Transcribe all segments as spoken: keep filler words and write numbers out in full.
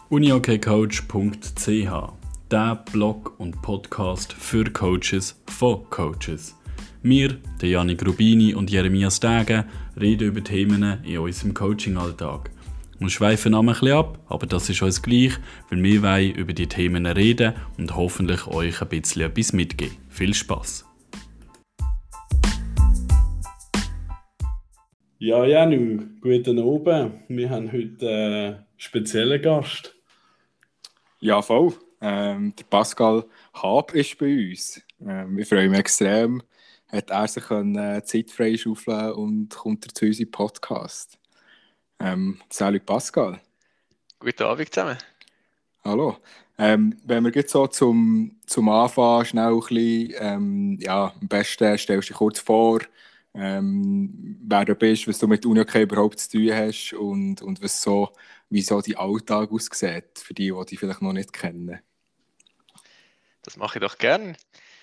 uniokcoach punkt c h, der Blog und Podcast für Coaches von Coaches. Wir, der Janik Rubini und Jeremia Stegen, reden über Themen in unserem Coaching-Alltag. Wir schweifen ein bisschen ab, aber das ist uns gleich, weil wir wollen über die Themen reden und hoffentlich euch ein bisschen etwas mitgeben. Viel Spass! Ja, Janu, guten Abend. Wir haben heute einen speziellen Gast. Ja, voll. Ähm, der Pascal Haab ist bei uns. Ähm, ich freue mich extrem, hat er sich können, äh, Zeit freischaufeln und kommt zu unserem Podcast. Ähm, Salut Pascal. Guten Abend zusammen. Hallo. Ähm, wenn wir jetzt so zum, zum Anfang schnell ein bisschen, ähm, ja, am besten stellst du dich kurz vor, ähm, wer du bist, was du mit UniOK überhaupt zu tun hast und, und was so, wie so dein Alltag aussieht, für die, die dich vielleicht noch nicht kennen. Das mache ich doch gern.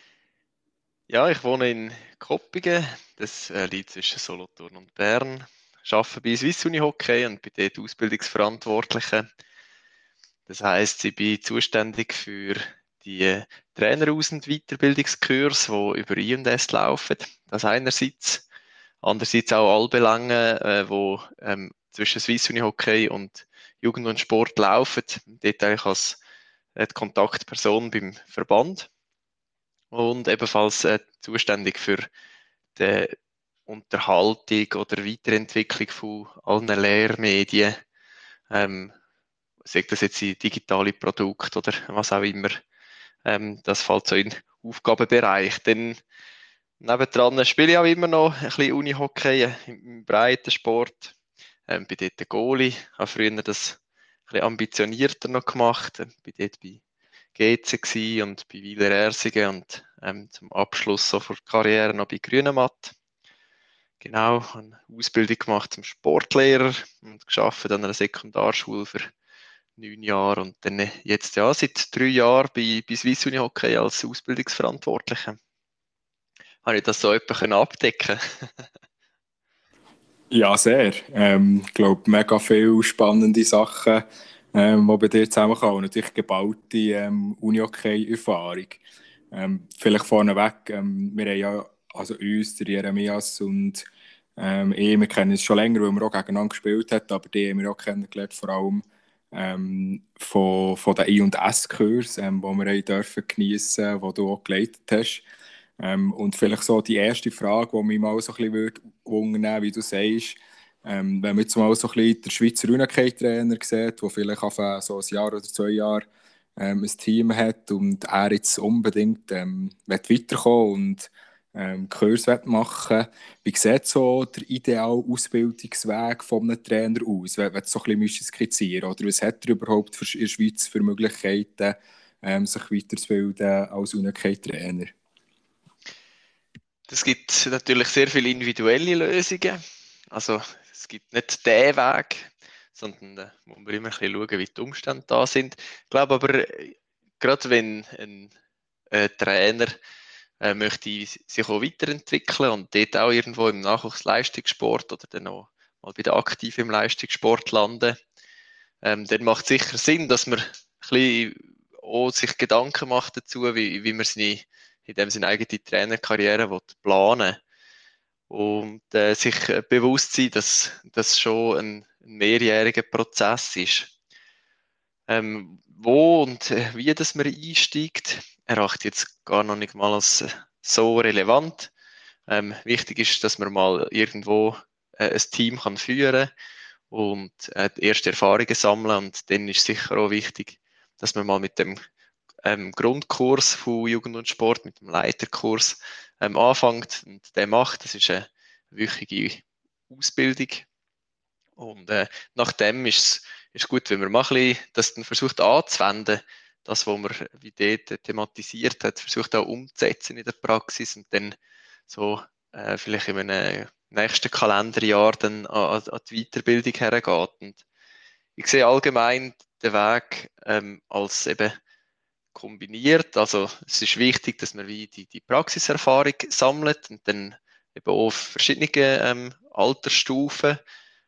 Ja, ich wohne in Koppingen, das äh, liegt zwischen Solothurn und Bern. Ich arbeite bei Swiss Uni Hockey und bin dort Ausbildungsverantwortliche. Das heisst, ich bin zuständig für die Traineraus- und Weiterbildungskurse, die über I und S laufen. Das einerseits. Andererseits auch alle Belange, äh, die ähm, zwischen Swiss Uni Hockey und Jugend und Sport laufen. Dort eigentlich als äh, die Kontaktperson beim Verband. Und ebenfalls äh, zuständig für die Unterhaltung oder Weiterentwicklung von allen Lehrmedien, ähm, sei das jetzt in digitale Produkte oder was auch immer. Ähm, das fällt so in den Aufgabenbereich. Dann nebendran spiele ich auch immer noch ein bisschen Unihockey im, im Breitensport. Ähm, bin dort der Goalie, habe früher das ein bisschen ambitionierter noch gemacht. Ähm, bin dort bei G C gsi und bei Weiler Ersingen und ähm, zum Abschluss so vor der Karriere noch bei Grünematt. Genau, habe eine Ausbildung gemacht zum Sportlehrer und gearbeitet an einer Sekundarschule für neun Jahre und dann jetzt ja seit drei Jahren bei, bei Swiss Uni Hockey als Ausbildungsverantwortlicher. Habe ich das so etwas abdecken können? Ja, sehr. Ähm, ich glaube, mega viele spannende Sachen, ähm, die bei dir zusammenkommen. Und natürlich geballte ähm, Uni-Hockey-Erfahrung. Ähm, vielleicht vorneweg, ähm, wir haben ja, also uns, der Jeremias und ähm, ich, wir kennen uns schon länger, weil wir auch gegeneinander gespielt haben, aber die haben wir auch kennengelernt, vor allem ähm, von, von den I und S-Kursen, ähm, die wir haben dürfen geniessen, die du auch geleitet hast. Ähm, und vielleicht so die erste Frage, die mich mal so ein bisschen würde wundern, wie du sagst, ähm, wenn man jetzt mal so ein bisschen den Schweizer Unihockey-Trainer sieht, der vielleicht auf so ein Jahr oder zwei Jahre ähm, ein Team hat und er jetzt unbedingt ähm, weiterkommen und ähm, Kurs machen, wie sieht so der ideale Ausbildungsweg von einem Trainer aus, wenn, wenn du so ein bisschen skizzieren müsstest? Oder was hat er überhaupt für, in der Schweiz für Möglichkeiten, ähm, sich weiterzubilden als Unihockey-Trainer? Es gibt natürlich sehr viele individuelle Lösungen. Also es gibt nicht den Weg, sondern da muss man immer ein bisschen schauen, wie die Umstände da sind. Ich glaube aber, äh, gerade wenn ein äh, Trainer äh, möchte sich auch weiterentwickeln und dort auch irgendwo im Nachwuchsleistungssport oder dann auch mal wieder aktiv im Leistungssport landen, ähm, dann macht es sicher Sinn, dass man ein bisschen auch sich Gedanken macht dazu, wie, wie man seine, in dem seine eigene Trainerkarriere planen will. Und äh, sich äh, bewusst sein, dass das schon ein, ein mehrjähriger Prozess ist. Ähm, wo und äh, wie das man einsteigt, erachte ich jetzt gar noch nicht mal als äh, so relevant. Ähm, wichtig ist, dass man mal irgendwo äh, ein Team kann führen und äh, die erste Erfahrungen sammeln. Und dann ist sicher auch wichtig, dass man mal mit dem ähm, Grundkurs von Jugend und Sport, mit dem Leiterkurs ähm, anfängt und den macht. Das ist eine wichtige Ausbildung. Und äh, nach dem ist es gut, wenn man mal ein bisschen das dann versucht anzuwenden, das, was man wie dort thematisiert hat, versucht auch umzusetzen in der Praxis und dann so äh, vielleicht in einem nächsten Kalenderjahr dann an, an die Weiterbildung hergeht. Und ich sehe allgemein den Weg ähm, als eben kombiniert. Also es ist wichtig, dass man wie die, die Praxiserfahrung sammelt und dann eben auf verschiedene ähm, Altersstufen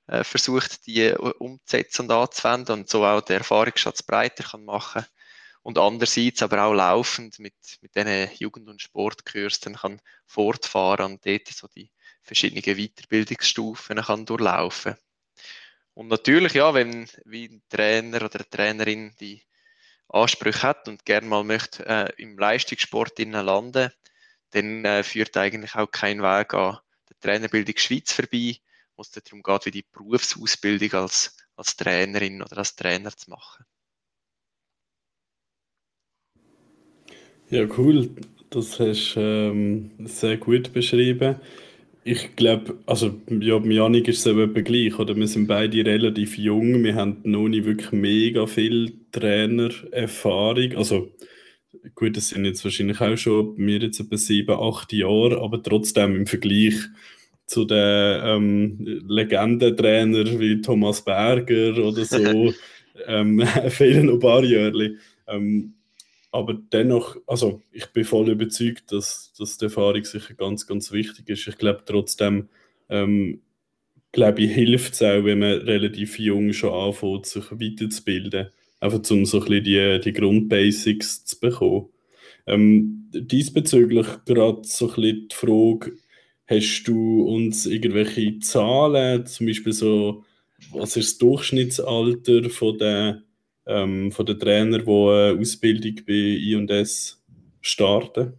äh, versucht, die äh, umzusetzen und anzuwenden und so auch den Erfahrungsschatz breiter kann machen. Und andererseits aber auch laufend mit, mit diesen Jugend- und Sportkursen kann fortfahren und dort so die verschiedenen Weiterbildungsstufen kann durchlaufen. Und natürlich, ja, wenn wie ein Trainer oder eine Trainerin die Ansprüche hat und gerne mal möchte äh, im Leistungssport innen landen, dann äh, führt eigentlich auch kein Weg an der Trainerbildung Schweiz vorbei, wo es darum geht, wie die Berufsausbildung als, als Trainerin oder als Trainer zu machen. Ja, cool. Das hast du ähm, sehr gut beschrieben. Ich glaube, also ja, bei Janik ist es eben etwa gleich, oder? Wir sind beide relativ jung, wir haben noch nicht wirklich mega viel Trainererfahrung. Also gut, das sind jetzt wahrscheinlich auch schon bei mir jetzt etwa sieben, acht Jahre, aber trotzdem im Vergleich zu den ähm, Legendentrainern wie Thomas Berger oder so ähm, fehlen noch ein paar Jahre. Ähm, aber dennoch, also ich bin voll überzeugt, dass, dass die Erfahrung sicher ganz, ganz wichtig ist. Ich glaube trotzdem, ähm, glaube ich, hilft es auch, wenn man relativ jung schon anfängt, sich weiterzubilden. Einfach um so ein bisschen die, die Grundbasics zu bekommen. Ähm, diesbezüglich gerade so ein bisschen die Frage, hast du uns irgendwelche Zahlen, zum Beispiel so, was ist das Durchschnittsalter von den, ähm, von den Trainern, die eine Ausbildung bei I und S starten?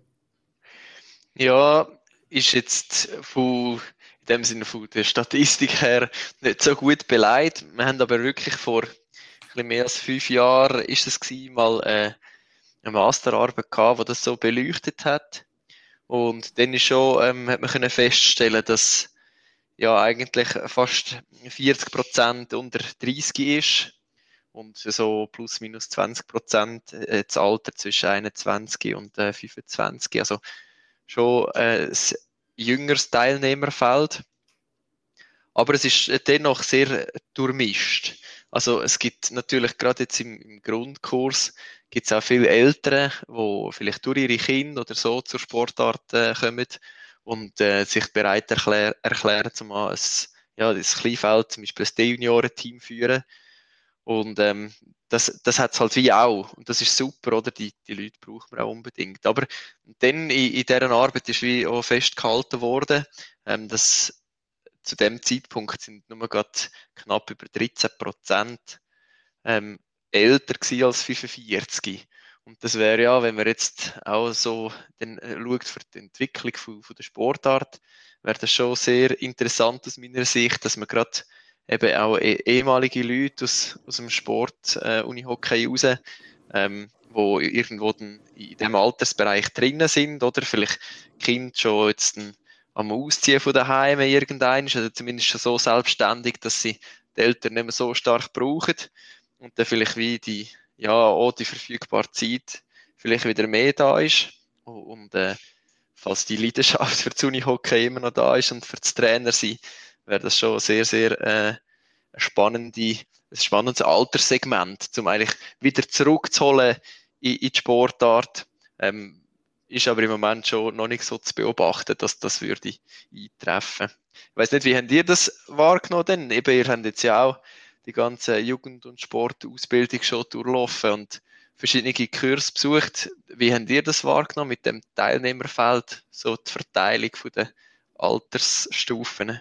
Ja, ist jetzt von, in dem Sinne von der Statistik her nicht so gut beleidigt. Wir haben aber wirklich vor ein bisschen mehr als fünf Jahren ist es gewesen, mal äh, eine Masterarbeit gehabt, die das so beleuchtet hat. Und dann ist schon, ähm, hat man können feststellen, dass ja eigentlich fast vierzig Prozent unter dreißig ist und so plus minus zwanzig Prozent äh, das Alter zwischen einundzwanzig und äh, fünfundzwanzig. Also schon äh, ein jüngeres Teilnehmerfeld. Aber es ist dennoch sehr durchmischt. Also es gibt natürlich gerade jetzt im, im Grundkurs gibt es auch viele Eltern, die vielleicht durch ihre Kinder oder so zur Sportart äh, kommen und äh, sich bereit erklär, erklären, zum mal ein, ja, das Kleinfeld, zum Beispiel ein D-Junioren-Team führen. Und ähm, das, das hat es halt wie auch. Und das ist super, oder? Die, die Leute braucht man auch unbedingt. Aber dann in, in dieser Arbeit ist wie auch festgehalten worden, ähm, dass zu dem Zeitpunkt sind nur gerade knapp über dreizehn Prozent ähm, älter gewesen als fünfundvierzig. Und das wäre ja, wenn man jetzt auch so dann, äh, schaut für die Entwicklung von, von der Sportart, wäre das schon sehr interessant aus meiner Sicht, dass man gerade eben auch eh, ehemalige Leute aus, aus dem Sport, äh, Unihockey raus, ähm, wo irgendwo dann in dem Altersbereich drinnen sind oder vielleicht Kind schon jetzt ein, am Ausziehen von daheim irgendein oder zumindest schon so selbstständig, dass sie die Eltern nicht mehr so stark brauchen und dann vielleicht wie die, ja, auch die verfügbare Zeit vielleicht wieder mehr da ist und äh, falls die Leidenschaft für das Unihockey immer noch da ist und für das Trainer sein, wäre das schon sehr, sehr äh, eine spannende, ein spannendes Alterssegment, um eigentlich wieder zurückzuholen in, in die Sportart. Ähm, ist aber im Moment schon noch nicht so zu beobachten, dass das würde eintreffen. Ich weiß nicht, wie habt ihr das wahrgenommen denn? Eben, ihr habt jetzt ja auch die ganze Jugend- und Sportausbildung schon durchlaufen und verschiedene Kurse besucht. Wie habt ihr das wahrgenommen mit dem Teilnehmerfeld, so die Verteilung der Altersstufen?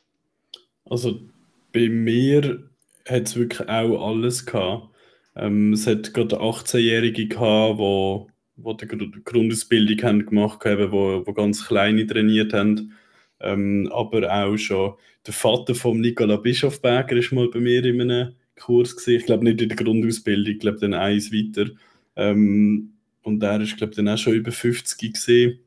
Also bei mir hat es wirklich auch alles gehabt. Ähm, es hat gerade achtzehnjährige gehabt, wo, wo die Gru- Grundausbildung haben gemacht haben, wo, wo ganz kleine trainiert haben. Ähm, aber auch schon der Vater von Nicola Bischofberger ist mal bei mir in einem Kurs gewesen. Ich glaube nicht in der Grundausbildung, ich glaube dann eins weiter. Ähm, und der ist, glaube ich, dann auch schon über fünfzig gewesen.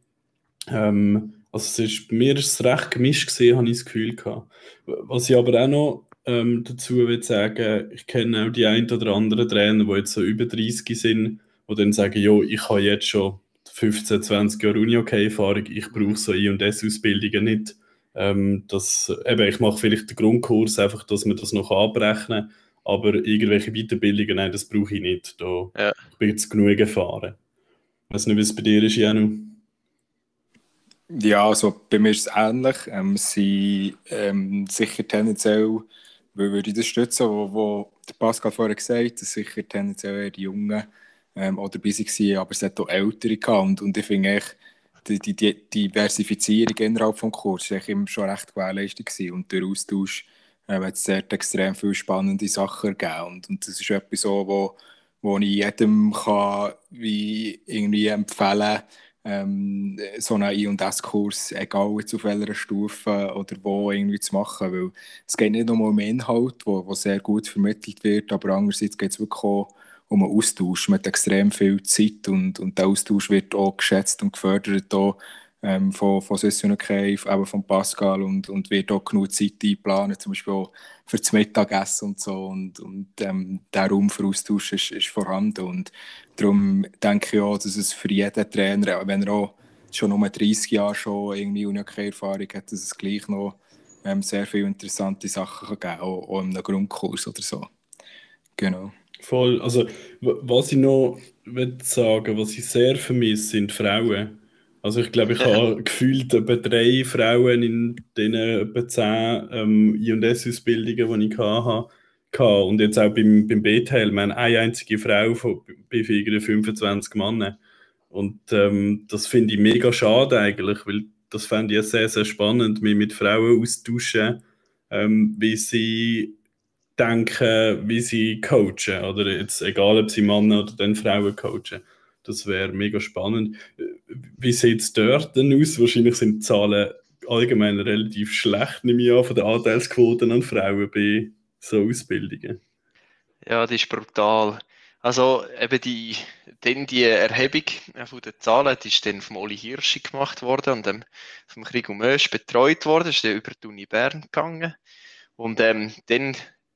Ähm, also es ist, bei mir ist es recht gemischt gesehen, habe ich das Gefühl gehabt. Was ich aber auch noch ähm, dazu will sagen, ich kenne auch die ein oder anderen Trainer, die jetzt so über dreißig sind, die dann sagen, jo, ich habe jetzt schon fünfzehn, zwanzig Jahre Uni-Hockey-Erfahrung, ich brauche so I und S-Ausbildungen nicht. Ähm, das, eben, ich mache vielleicht den Grundkurs, einfach, dass man das noch abrechnen kann, aber irgendwelche Weiterbildungen, nein, das brauche ich nicht. Da, Ja. ich bin jetzt genug erfahren. Ich weiß nicht, wie es bei dir ist, Janu. Ja, also bei mir ist es ähnlich. Ähm, sie ähm, sicher tendenziell, weil würde ich das stützen, wo, wo der Pascal vorher gesagt hat, dass sicher tendenziell eher die Jungen ähm, auch dabei waren, aber es hat auch Ältere gehabt. Und, und ich finde echt, die, die, die Diversifizierung innerhalb des Kurses war eigentlich immer schon recht gewährleistet gewesen. Und der Austausch äh, hat es sehr extrem viele spannende Sachen gegeben. Und, und das ist etwas, so, wo, wo ich jedem kann, wie irgendwie empfehlen kann, ähm, so einen I und S-Kurs, egal jetzt auf welcher Stufe oder wo, irgendwie zu machen. Weil es geht nicht nur um Inhalt, wo, wo sehr gut vermittelt wird, aber andererseits geht es wirklich auch um einen Austausch. Man hat extrem viel Zeit und, und der Austausch wird auch geschätzt und gefördert auch, ähm, von, von Session Cave, eben von Pascal und, und wird auch genug Zeit einplanen, zum Beispiel auch für das Mittagessen und so. Und, und ähm, der Raum für Austausch ist, ist vorhanden. Und darum denke ich auch, dass es für jeden Trainer, wenn er auch schon um dreißig Jahre schon irgendwie Uni-Erfahrung hat, dass es gleich noch ähm, sehr viele interessante Sachen kann geben kann, auch, auch in einem Grundkurs oder so. Genau. Voll. Also, w- was ich noch will sagen, was ich sehr vermisse, sind Frauen. Also, ich glaube, ich habe gefühlt etwa drei Frauen in den etwa zehn ähm, I und S-Ausbildungen, die ich hatte. hatte. Und jetzt auch beim, beim B T L, wir haben eine einzige Frau von, bei fünfundzwanzig Männern. Und ähm, das finde ich mega schade eigentlich, weil das fände ich sehr, sehr spannend, mich mit Frauen austauschen, ähm, wie sie denken, wie sie coachen. Oder jetzt, egal ob sie Männer oder dann Frauen coachen. Das wäre mega spannend. Wie sieht es dort denn aus? Wahrscheinlich sind die Zahlen allgemein relativ schlecht, nehme ich an, von den Anteilsquoten an Frauen bei so Ausbildungen. Ja, das ist brutal. Also eben die, dann die Erhebung äh, von den Zahlen, die ist dann vom Oli Hirschi gemacht worden und ähm, vom Krigo Mösch betreut worden, ist dann über die Uni Bern gegangen. Und ähm, dann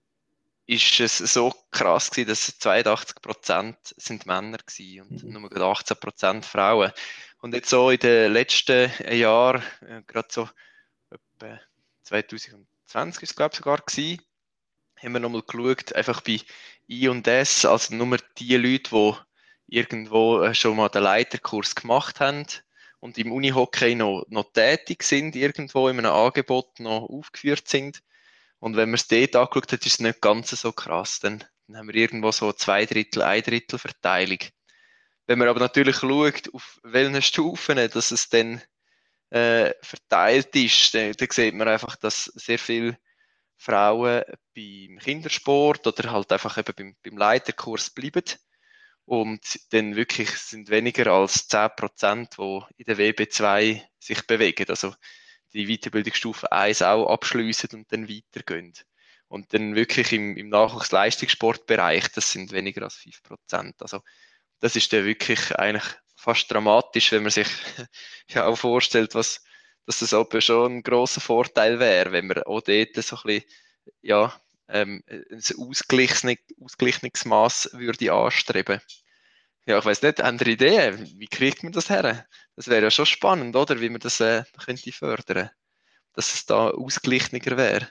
ist es so krass gewesen, dass zweiundachtzig Prozent sind Männer waren und nur gerade achtzehn Prozent Frauen. Und jetzt so in den letzten Jahren, äh, gerade so etwa zwanzig zwanzig ist es glaube ich sogar gewesen, haben wir nochmal geschaut, einfach bei I und S, also nur die Leute, die irgendwo äh, schon mal den Leiterkurs gemacht haben und im Unihockey noch, noch tätig sind, irgendwo in einem Angebot noch aufgeführt sind. Und wenn man es dort angeschaut hat, ist es nicht ganz so krass. Dann, dann haben wir irgendwo so zwei Drittel, ein Drittel Verteilung. Wenn man aber natürlich schaut, auf welchen Stufen dass es dann äh, verteilt ist, dann, dann sieht man einfach, dass sehr viele Frauen beim Kindersport oder halt einfach eben beim, beim Leiterkurs bleiben. Und dann wirklich sind weniger als zehn Prozent, die in der W B zwei sich bewegen. Also die Weiterbildungsstufe eins auch abschliessen und dann weitergehen. Und dann wirklich im, im Nachwuchsleistungssportbereich, das sind weniger als fünf Prozent. Also das ist dann wirklich eigentlich fast dramatisch, wenn man sich ja auch vorstellt, was, dass das aber schon ein grosser Vorteil wäre, wenn man auch dort so ein bisschen, ja, ähm, ein ausgeglichenes, ausgeglichenes Maß würde anstreben. Ja, ich weiß nicht, haben Sie Ideen? Wie kriegt man das her? Das wäre ja schon spannend, oder? Wie man das äh, könnte fördern, dass es da ausgeglichener wäre.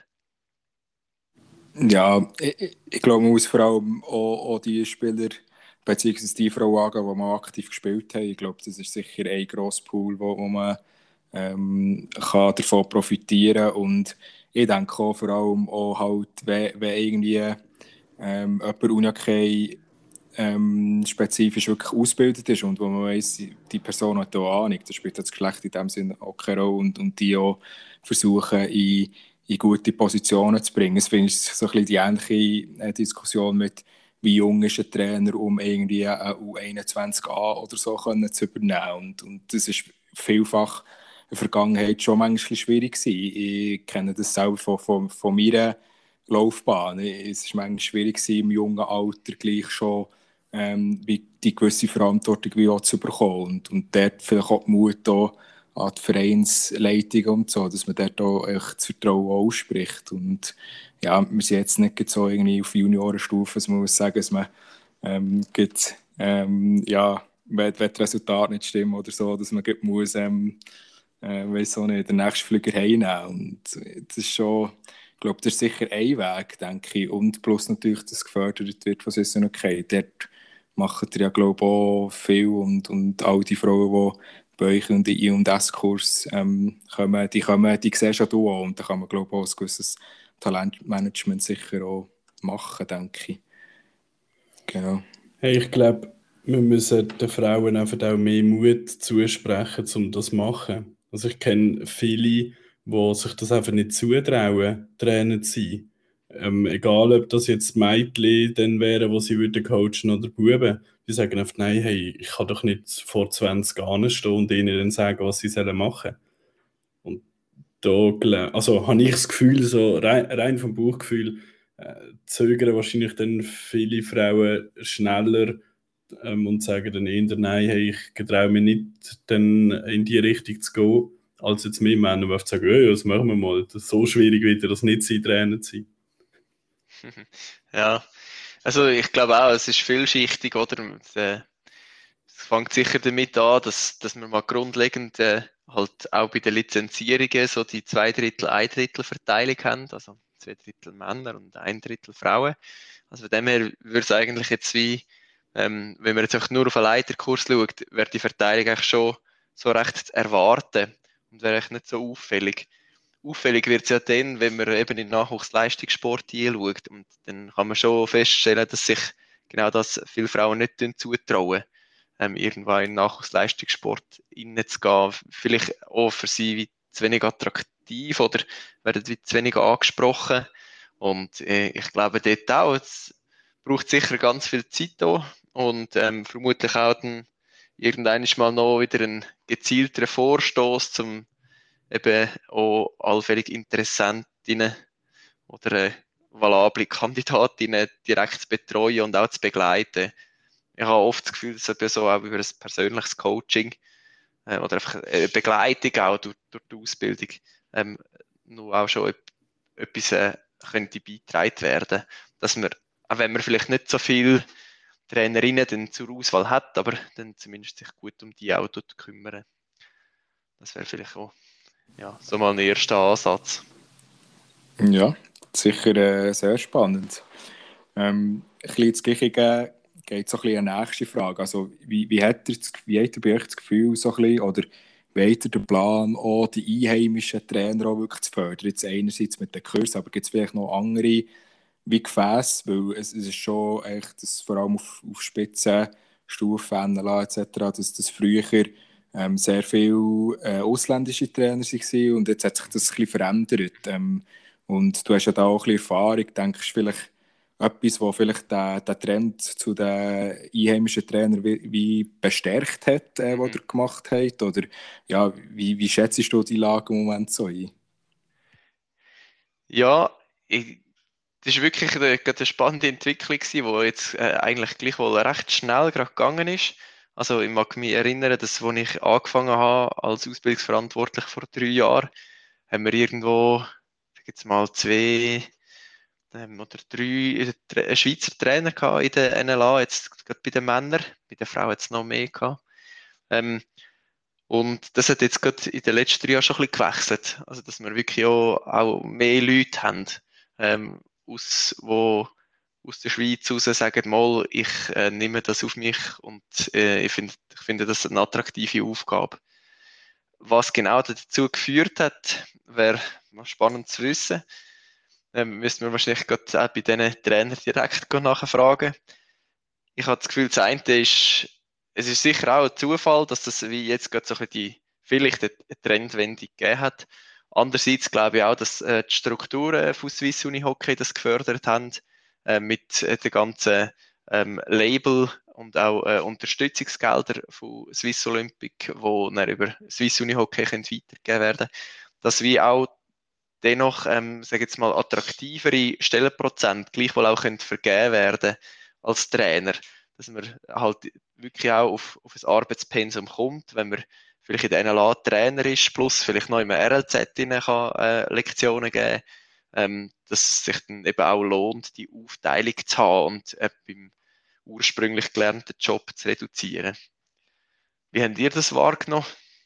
Ja, ich, ich glaube, man muss vor allem auch, auch die Spieler beziehungsweise die Frauen angehen, die mal aktiv gespielt haben. Ich glaube, das ist sicher ein grosser Pool, wo, wo man ähm, kann davon profitieren kann. Und ich denke auch vor allem auch halt, wenn, wenn irgendwie ähm, jemand Unihockey ähm, spezifisch wirklich ausgebildet ist und wo man weiss, die Person hat auch Ahnung, das spielt das Geschlecht in dem Sinne auch keine Rolle und, und die auch versuchen, in, in gute Positionen zu bringen. Das finde ich so ein bisschen die ähnliche äh, Diskussion mit, wie jung ist ein Trainer, um irgendwie eine U einundzwanzig A oder so können zu übernehmen. Und, und das ist vielfach in der Vergangenheit schon manchmal schwierig gewesen. Ich kenne das selber von, von, von meiner Laufbahn. Es war manchmal schwierig gewesen, im jungen Alter gleich schon ähm, wie die gewisse Verantwortung wie auch zu bekommen. Und, und dort vielleicht auch die Mut auch an die Vereinsleitung und so, dass man dort auch echt das Vertrauen ausspricht. Und ja, wir sind jetzt nicht so irgendwie auf Juniorenstufe, dass man muss sagen, dass man ähm, geht, ähm, ja, wenn, wenn das Resultat nicht stimmt oder so, dass man geht, muss, ähm, äh, weiss auch nicht, den nächsten Flüger heimnehmen. Und das ist schon, ich glaube, das ist sicher ein Weg, denke ich. Und plus natürlich, dass gefördert wird von Saison okay. Dort machen ihr ja, glaube ich, auch viel. Und, und all die Frauen, bei euch in den I und S-Kurs ähm, kommen, die, kommen, die siehst ja du auch. Und da kann man, glaube ich, auch ein gewisses Talentmanagement sicher auch machen, denke ich. Genau. Hey, ich glaube, wir müssen den Frauen einfach auch mehr Mut zusprechen, um das zu machen. Also ich kenne viele, die sich das einfach nicht zutrauen, Trainer zu sein. Ähm, egal, ob das jetzt Mädchen dann wären, wo sie würden coachen oder Buben. Die sagen einfach, nein, hey, ich kann doch nicht vor zwanzig anstehen und ihnen dann sagen, was sie sollen machen. Und da, gla- also habe ich das Gefühl, so rein, rein vom Bauchgefühl, äh, zögern wahrscheinlich dann viele Frauen schneller ähm, und sagen dann eher, nein, hey, ich traue mich nicht, dann in die Richtung zu gehen, als jetzt mehr Männer, die einfach sagen, ja, ja, das machen wir mal. Das ist so schwierig wird das nicht sein, Trainer zu sein. Ja, also ich glaube auch, es ist vielschichtig, oder? Es, äh, es fängt sicher damit an, dass, dass wir mal grundlegend äh, halt auch bei den Lizenzierungen so die zwei Drittel, ein Drittel Verteilung haben, also zwei Drittel Männer und ein Drittel Frauen. Also von dem her würde es eigentlich jetzt wie, ähm, wenn man jetzt auch nur auf einen Leiterkurs schaut, wäre die Verteilung eigentlich schon so recht zu erwarten und wäre echt nicht so auffällig. Auffällig wird es ja dann, wenn man eben in den Nachwuchsleistungssport hinschaut. Und dann kann man schon feststellen, dass sich genau das viele Frauen nicht zutrauen, ähm, irgendwann in den Nachwuchsleistungssport hineinzugehen. Vielleicht auch für sie wie zu wenig attraktiv oder werden wie zu wenig angesprochen. Und äh, ich glaube dort auch, es braucht sicher ganz viel Zeit da und ähm, vermutlich auch dann irgendwann mal noch wieder einen gezielteren Vorstoß zum eben auch allfällig Interessentinnen oder äh, valable Kandidatinnen direkt zu betreuen und auch zu begleiten. Ich habe oft das Gefühl, dass eben so auch über ein persönliches Coaching äh, oder einfach eine Begleitung auch durch, durch die Ausbildung ähm, nur auch schon ep- etwas äh, könnte beitragen werden, dass man, auch wenn man vielleicht nicht so viele Trainerinnen dann zur Auswahl hat, aber dann zumindest sich gut um die auch dort kümmern. Das wäre vielleicht auch ja, so mal ein erster Ansatz. Ja, sicher äh, sehr spannend. Ähm, ein bisschen ins Gleiche geht so ein bisschen eine nächste Frage. Also, wie, wie, hat ihr, das- wie hat ihr bei euch das Gefühl, so ein bisschen, oder wie habt ihr den Plan, auch die einheimischen Trainer auch wirklich zu fördern? Jetzt einerseits mit den Kursen, aber gibt es vielleicht noch andere wie Gefäße? Weil es, es ist schon echt, dass vor allem auf, auf Spitzenstufen, N L A et cetera, dass das früher ähm, sehr viele äh, ausländische Trainer waren und jetzt hat sich das ein bisschen verändert. Ähm, und du hast ja da auch ein bisschen Erfahrung, denkst du vielleicht, etwas, was vielleicht den, den Trend zu den einheimischen Trainern wie, wie bestärkt hat, äh, was Mhm. ihr gemacht habt? Oder ja, wie, wie schätzt du die Lage im Moment so ein? Ja, ich, das ist wirklich eine, gerade eine spannende Entwicklung gewesen, die jetzt äh, eigentlich gleichwohl recht schnell gerade gegangen ist. Also ich mag mich erinnern, dass als ich angefangen habe als Ausbildungsverantwortlich vor drei Jahren, haben wir irgendwo, ich sag jetzt mal zwei ähm, oder drei äh, Schweizer Trainer gehabt in der N L A, jetzt gerade bei den Männern, bei den Frauen jetzt noch mehr gehabt. Ähm, und das hat jetzt gerade in den letzten drei Jahren schon ein bisschen gewechselt. Also, dass wir wirklich auch, auch mehr Leute haben, ähm, aus, wo aus der Schweiz raus sagen, mal, ich äh, nehme das auf mich und äh, ich finde ich finde das eine attraktive Aufgabe. Was genau dazu geführt hat, wäre mal spannend zu wissen. Ähm, müssten wir wahrscheinlich gerade auch bei diesen Trainern direkt nachfragen. Ich habe das Gefühl, das eine ist, es ist sicher auch ein Zufall, dass das wie jetzt gerade so ein bisschen die, vielleicht eine Trendwende gegeben hat. Andererseits glaube ich auch, dass äh, die Strukturen von Swiss Uni Hockey das gefördert haben, äh, mit äh, den ganzen ähm, Label und auch äh, Unterstützungsgelder von Swiss Olympic, wo dann über Swiss Uni Hockey können weitergegeben werden, dass wie auch dennoch, ähm, sage jetzt mal, attraktivere Stellenprozent gleichwohl auch können vergeben werden als Trainer, dass man halt wirklich auch auf, auf ein Arbeitspensum kommt, wenn man vielleicht in der N L A Trainer ist, plus vielleicht noch im R L Z rein kann, äh, Lektionen geben, ähm, dass es sich dann eben auch lohnt, die Aufteilung zu haben und äh, beim ursprünglich gelernten Job zu reduzieren. Wie habt ihr das wahrgenommen?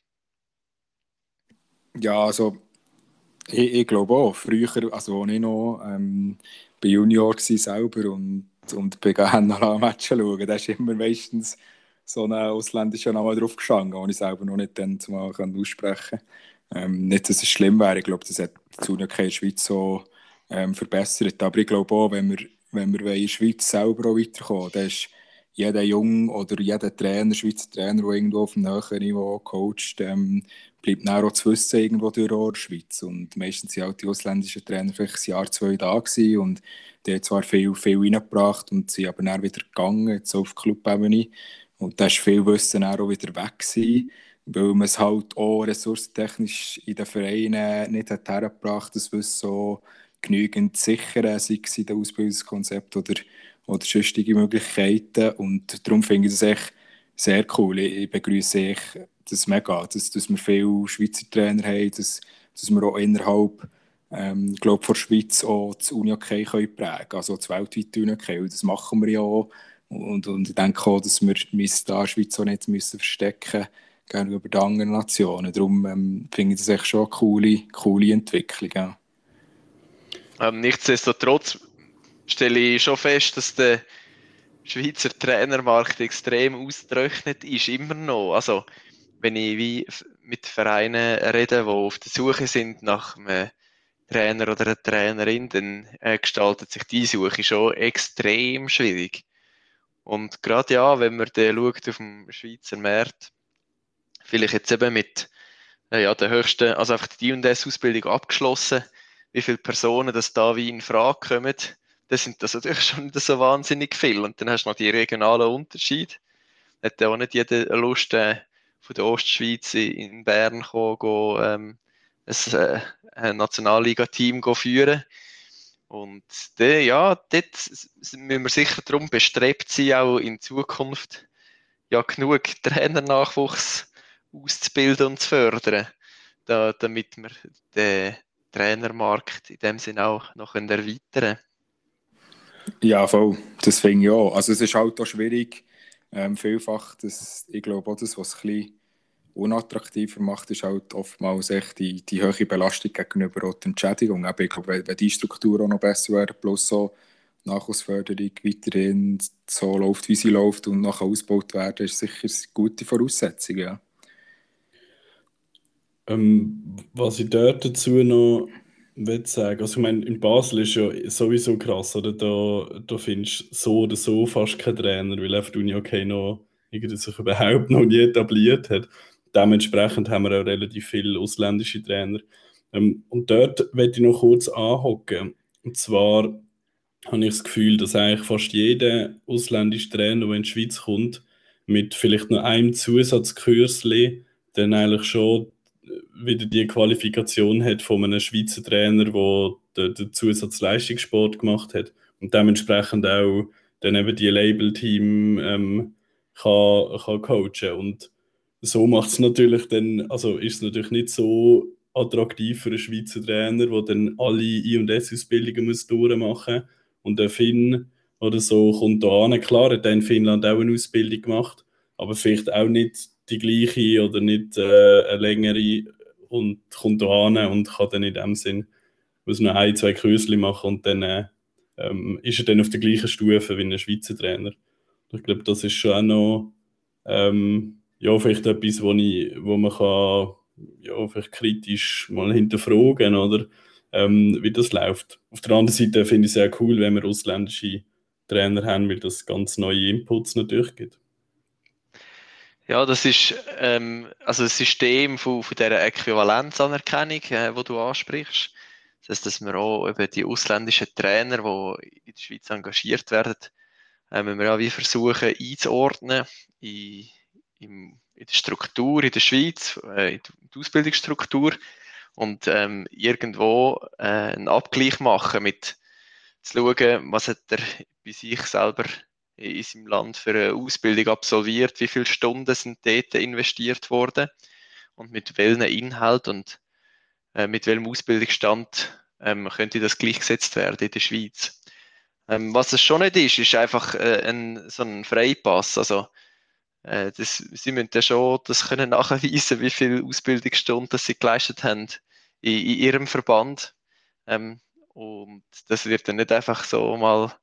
Ja, also ich, ich glaube auch, früher, also als ich noch ähm, bei Junior war selber und, und bei N L A-Matchen schauen, da ist immer meistens so einen ausländischen Namen drauf gestanden, den ich selber noch nicht dann zumal aussprechen kann. Ähm, nicht, dass es schlimm wäre, ich glaube, das hat die Unihockey in der Schweiz so ähm, verbessert. Aber ich glaube auch, wenn wir, wenn wir in der Schweiz selber auch weiterkommen, dann ist jeder Jung oder jeder Trainer, Schweizer Trainer, der irgendwo auf einem höheren Niveau coacht, ähm, bleibt dann auch zu wissen irgendwo durch auch in der Schweiz. Und meistens sind halt die ausländischen Trainer vielleicht ein Jahr, zwei da gewesen und die haben zwar viel, viel reingebracht und sind aber dann wieder gegangen, jetzt auf Clubebene. Und da ist viel Wissen dann auch wieder weg gewesen, weil man es halt auch ressourcentechnisch in den Vereinen nicht hat hergebracht, das Wissen so genügend sichern, sei es in den Ausbildungskonzept oder, oder sonstige Möglichkeiten. Und darum finde ich das echt sehr cool. Ich, ich begrüße ich das mega, dass, dass wir viele Schweizer Trainer haben, dass, dass wir auch innerhalb ähm, ich glaube, von der Schweiz auch das Unihockey prägen können, also das weltweite Unihockey. Und das machen wir ja auch. Und, und ich denke auch, dass wir uns da in der Schweiz auch nicht müssen verstecken gegenüber den anderen Nationen. Darum ähm, finde ich das echt schon eine coole, coole Entwicklung. Ja. Ähm, nichtsdestotrotz stelle ich schon fest, dass der Schweizer Trainermarkt extrem ausgetrocknet ist, immer noch. Also, wenn ich wie mit Vereinen rede, die auf der Suche sind nach einem Trainer oder einer Trainerin, dann äh, gestaltet sich die Suche schon extrem schwierig. Und gerade ja, wenn man dann schaut auf dem Schweizer Markt, vielleicht jetzt eben mit äh, ja, der höchsten, also einfach die D und S-Ausbildung abgeschlossen, wie viele Personen das da wie in Frage kommen, dann sind das natürlich schon nicht so wahnsinnig viel. Und dann hast du noch die regionalen Unterschiede. Hat ja auch nicht jeder Lust, äh, von der Ostschweiz in Bern kommen, go, ähm, ein, äh, ein Nationalliga-Team führen. Und de, ja, dort müssen wir sicher darum bestrebt sein, auch in Zukunft ja, genug Trainernachwuchs auszubilden und zu fördern, da, damit wir den Trainermarkt in dem Sinne auch noch erweitern können. Ja, voll. Das finde ich auch. Also es ist halt auch schwierig, ähm, vielfach, das, ich glaube auch, das, was es ein bisschen unattraktiver macht, ist halt oftmals echt die, die hohe Belastung gegenüber auch der Entschädigung. Aber ich glaube, wenn, wenn die Struktur auch noch besser wäre, plus so Nachwuchsförderung weiterhin so läuft, wie sie läuft und nachher ausgebaut werden, ist sicher eine gute Voraussetzung, ja. Ähm, was ich dort dazu noch will sagen, also ich meine, in Basel ist ja sowieso krass, oder? Da, da findest du so oder so fast keinen Trainer, weil einfach die Unihockey noch irgendwie sich überhaupt noch nie etabliert hat. Dementsprechend haben wir auch relativ viele ausländische Trainer. Ähm, und dort möchte ich noch kurz anhocken. Und zwar habe ich das Gefühl, dass eigentlich fast jeder ausländische Trainer, der in die Schweiz kommt, mit vielleicht noch einem Zusatzkürzli dann eigentlich schon wieder die Qualifikation hat von einem Schweizer Trainer, der den, den Zusatzleistungssport gemacht hat und dementsprechend auch dann eben die Label-Team ähm, kann, kann coachen. Und so macht es natürlich dann, also ist es natürlich nicht so attraktiv für einen Schweizer Trainer, der dann alle I und S-Ausbildungen muss durchmachen muss. Und der Finn oder so kommt da an. Klar hat er in Finnland auch eine Ausbildung gemacht, aber vielleicht auch nicht die gleiche oder nicht äh, eine längere und kommt da an und kann dann in dem Sinn muss noch ein, zwei Kurse machen und dann äh, ähm, ist er dann auf der gleichen Stufe wie ein Schweizer Trainer. Ich glaube, das ist schon auch noch ähm, ja, vielleicht etwas, wo, ich, wo man kann, ja, vielleicht kritisch mal hinterfragen oder ähm, wie das läuft. Auf der anderen Seite finde ich es sehr cool, wenn wir ausländische Trainer haben, weil das ganz neue Inputs natürlich gibt. Ja, das ist ähm, also das System von, von dieser Äquivalenzanerkennung, äh, wo du ansprichst. Das heißt, dass wir auch eben die ausländischen Trainer, die in der Schweiz engagiert werden, äh, müssen wir auch wie versuchen einzuordnen in, in, in der Struktur in der Schweiz, äh, in die Ausbildungsstruktur und ähm, irgendwo äh, einen Abgleich machen mit zu schauen, was hat er bei sich selber in seinem Land für eine Ausbildung absolviert, wie viele Stunden sind dort investiert worden und mit welchen Inhalt und äh, mit welchem Ausbildungsstand ähm, könnte das gleichgesetzt werden in der Schweiz. Ähm, was es schon nicht ist, ist einfach äh, ein, so ein Freipass. Also, äh, das, sie müssen ja schon das können nachweisen, wie viele Ausbildungsstunden sie geleistet haben in, in ihrem Verband. Ähm, und das wird dann nicht einfach so mal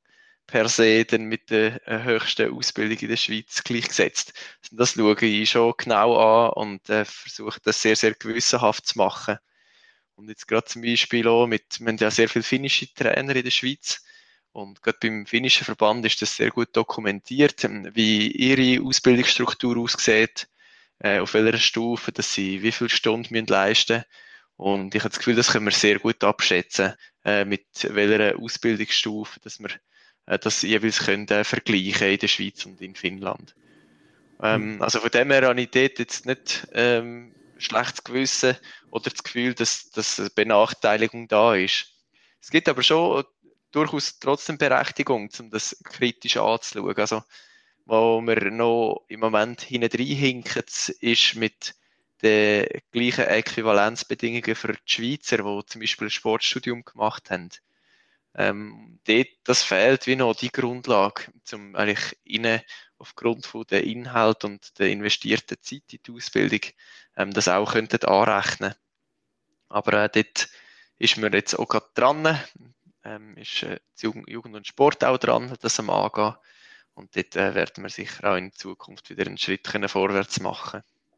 per se dann mit der äh, höchsten Ausbildung in der Schweiz gleichgesetzt. Also das schaue ich schon genau an und äh, versuche das sehr, sehr gewissenhaft zu machen. Und jetzt gerade zum Beispiel auch mit, wir haben ja sehr viele finnische Trainer in der Schweiz. Und gerade beim finnischen Verband ist das sehr gut dokumentiert, wie ihre Ausbildungsstruktur aussieht, äh, auf welcher Stufe, dass sie wie viele Stunden müssen leisten müssen. Und ich habe das Gefühl, das können wir sehr gut abschätzen, äh, mit welcher Ausbildungsstufe, dass wir äh, das jeweils können, äh, vergleichen in der Schweiz und in Finnland. Ähm, also von dem her habe ich dort jetzt nicht ähm, schlechtes Gewissen oder das Gefühl, dass, dass eine Benachteiligung da ist. Es gibt aber schon durchaus trotzdem Berechtigung, um das kritisch anzuschauen. Also, wo wir noch im Moment hinten hinken, ist mit den gleichen Äquivalenzbedingungen für die Schweizer, die zum Beispiel ein Sportstudium gemacht haben. Ähm, dort, das fehlt wie noch die Grundlage, um eigentlich ihnen aufgrund von der Inhalt und der investierten Zeit in die Ausbildung ähm, das auch könnten anrechnen. Aber äh, dort ist man jetzt auch gerade dran, ähm, ist äh, die Jugend und Sport auch dran, das am Angehen. Und dort äh, werden wir sicher auch in Zukunft wieder einen Schritt können vorwärts machen.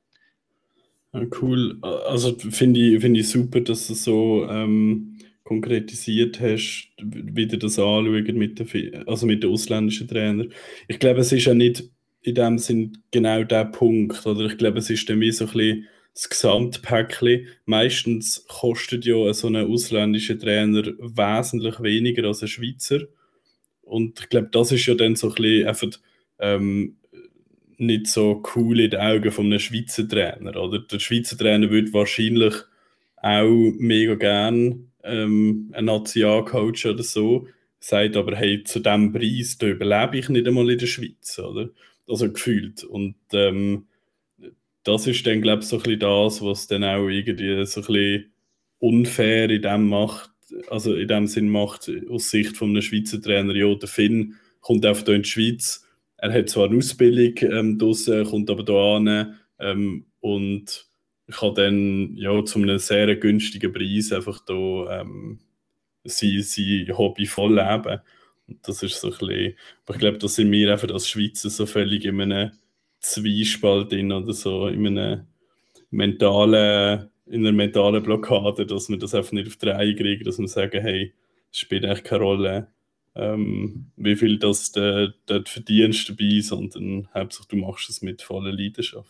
Ja, cool. Also finde ich, finde ich super, dass du so ähm, konkretisiert hast, wie du das anschaut mit den, Fi- also mit den ausländischen Trainern. Ich glaube, es ist ja nicht in dem Sinn genau der Punkt, oder? Ich glaube, es ist dann wie so ein bisschen das Gesamtpäckchen. Meistens kostet ja so ein ausländischer Trainer wesentlich weniger als ein Schweizer. Und ich glaube, das ist ja dann so ein bisschen einfach, ähm, nicht so cool in den Augen von einem Schweizer Trainer. Oder? Der Schweizer Trainer würde wahrscheinlich auch mega gern ähm, einen Nationalcoach oder so, sagt aber, hey, zu diesem Preis, da überlebe ich nicht einmal in der Schweiz. Oder? Also gefühlt. Und ähm, das ist dann, glaube ich, so ein bisschen das, was dann auch irgendwie so ein bisschen unfair in dem macht, also in dem Sinn macht, aus Sicht von einem Schweizer Trainer, ja, der Finn kommt einfach hier in die Schweiz, er hat zwar eine Ausbildung ähm, draussen, kommt aber hier an ähm, und kann dann ja, zu einem sehr günstigen Preis einfach hier ähm, sein, sein Hobby voll leben. Und das ist so ein bisschen, aber ich glaube, da sind wir einfach als Schweizer so völlig in einem Zwiespalt drin oder so, in einem mentalen, in einer mentalen Blockade, dass wir das einfach nicht auf die Reihe kriegen, dass wir sagen, hey, es spielt echt keine Rolle, ähm, wie viel das du dort verdienst dabei, sondern Hauptsache du machst es mit voller Leidenschaft.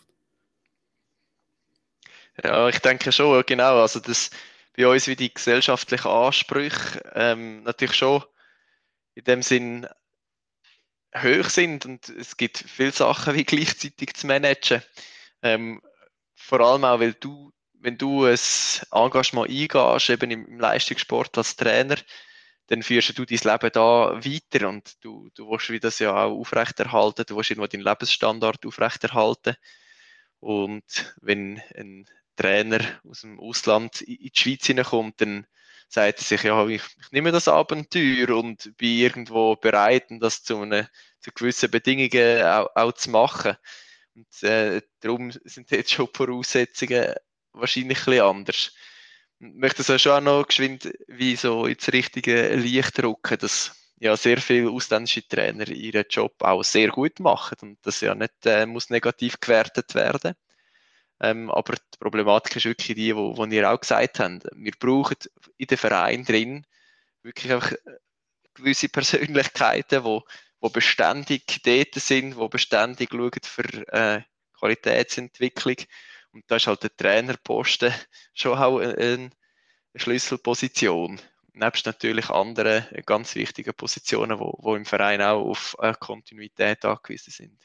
Ja, ich denke schon, genau. Also, dass bei uns wie die gesellschaftlichen Ansprüche ähm, natürlich schon in dem Sinn hoch sind und es gibt viele Sachen wie gleichzeitig zu managen. Ähm, vor allem auch, weil du, wenn du ein Engagement eingehst, eben im, im Leistungssport als Trainer, dann führst du dein Leben da weiter und du, du willst wie das ja auch aufrechterhalten, du willst irgendwo deinen Lebensstandard aufrechterhalten. Und wenn ein Trainer aus dem Ausland in die Schweiz hineinkommt, dann sagt er sich, ja, ich, ich nehme das Abenteuer und bin irgendwo bereit, das zu, eine, zu gewissen Bedingungen auch, auch zu machen. Und äh, darum sind jetzt schon die Voraussetzungen wahrscheinlich ein bisschen anders. Ich möchte es schon auch noch geschwind wie so ins richtige Licht rücken, dass ja sehr viele ausländische Trainer ihren Job auch sehr gut machen und das ja nicht äh, muss negativ gewertet werden. Ähm, aber die Problematik ist wirklich die, wo, wo ihr auch gesagt habt. Wir brauchen in den Verein drin wirklich auch gewisse Persönlichkeiten, wo, wo beständig dort sind, wo beständig schauen für äh, Qualitätsentwicklung. Und da ist halt der Trainerposten schon auch eine, eine Schlüsselposition. Nebst natürlich anderen ganz wichtigen Positionen, wo, wo im Verein auch auf äh, Kontinuität angewiesen sind.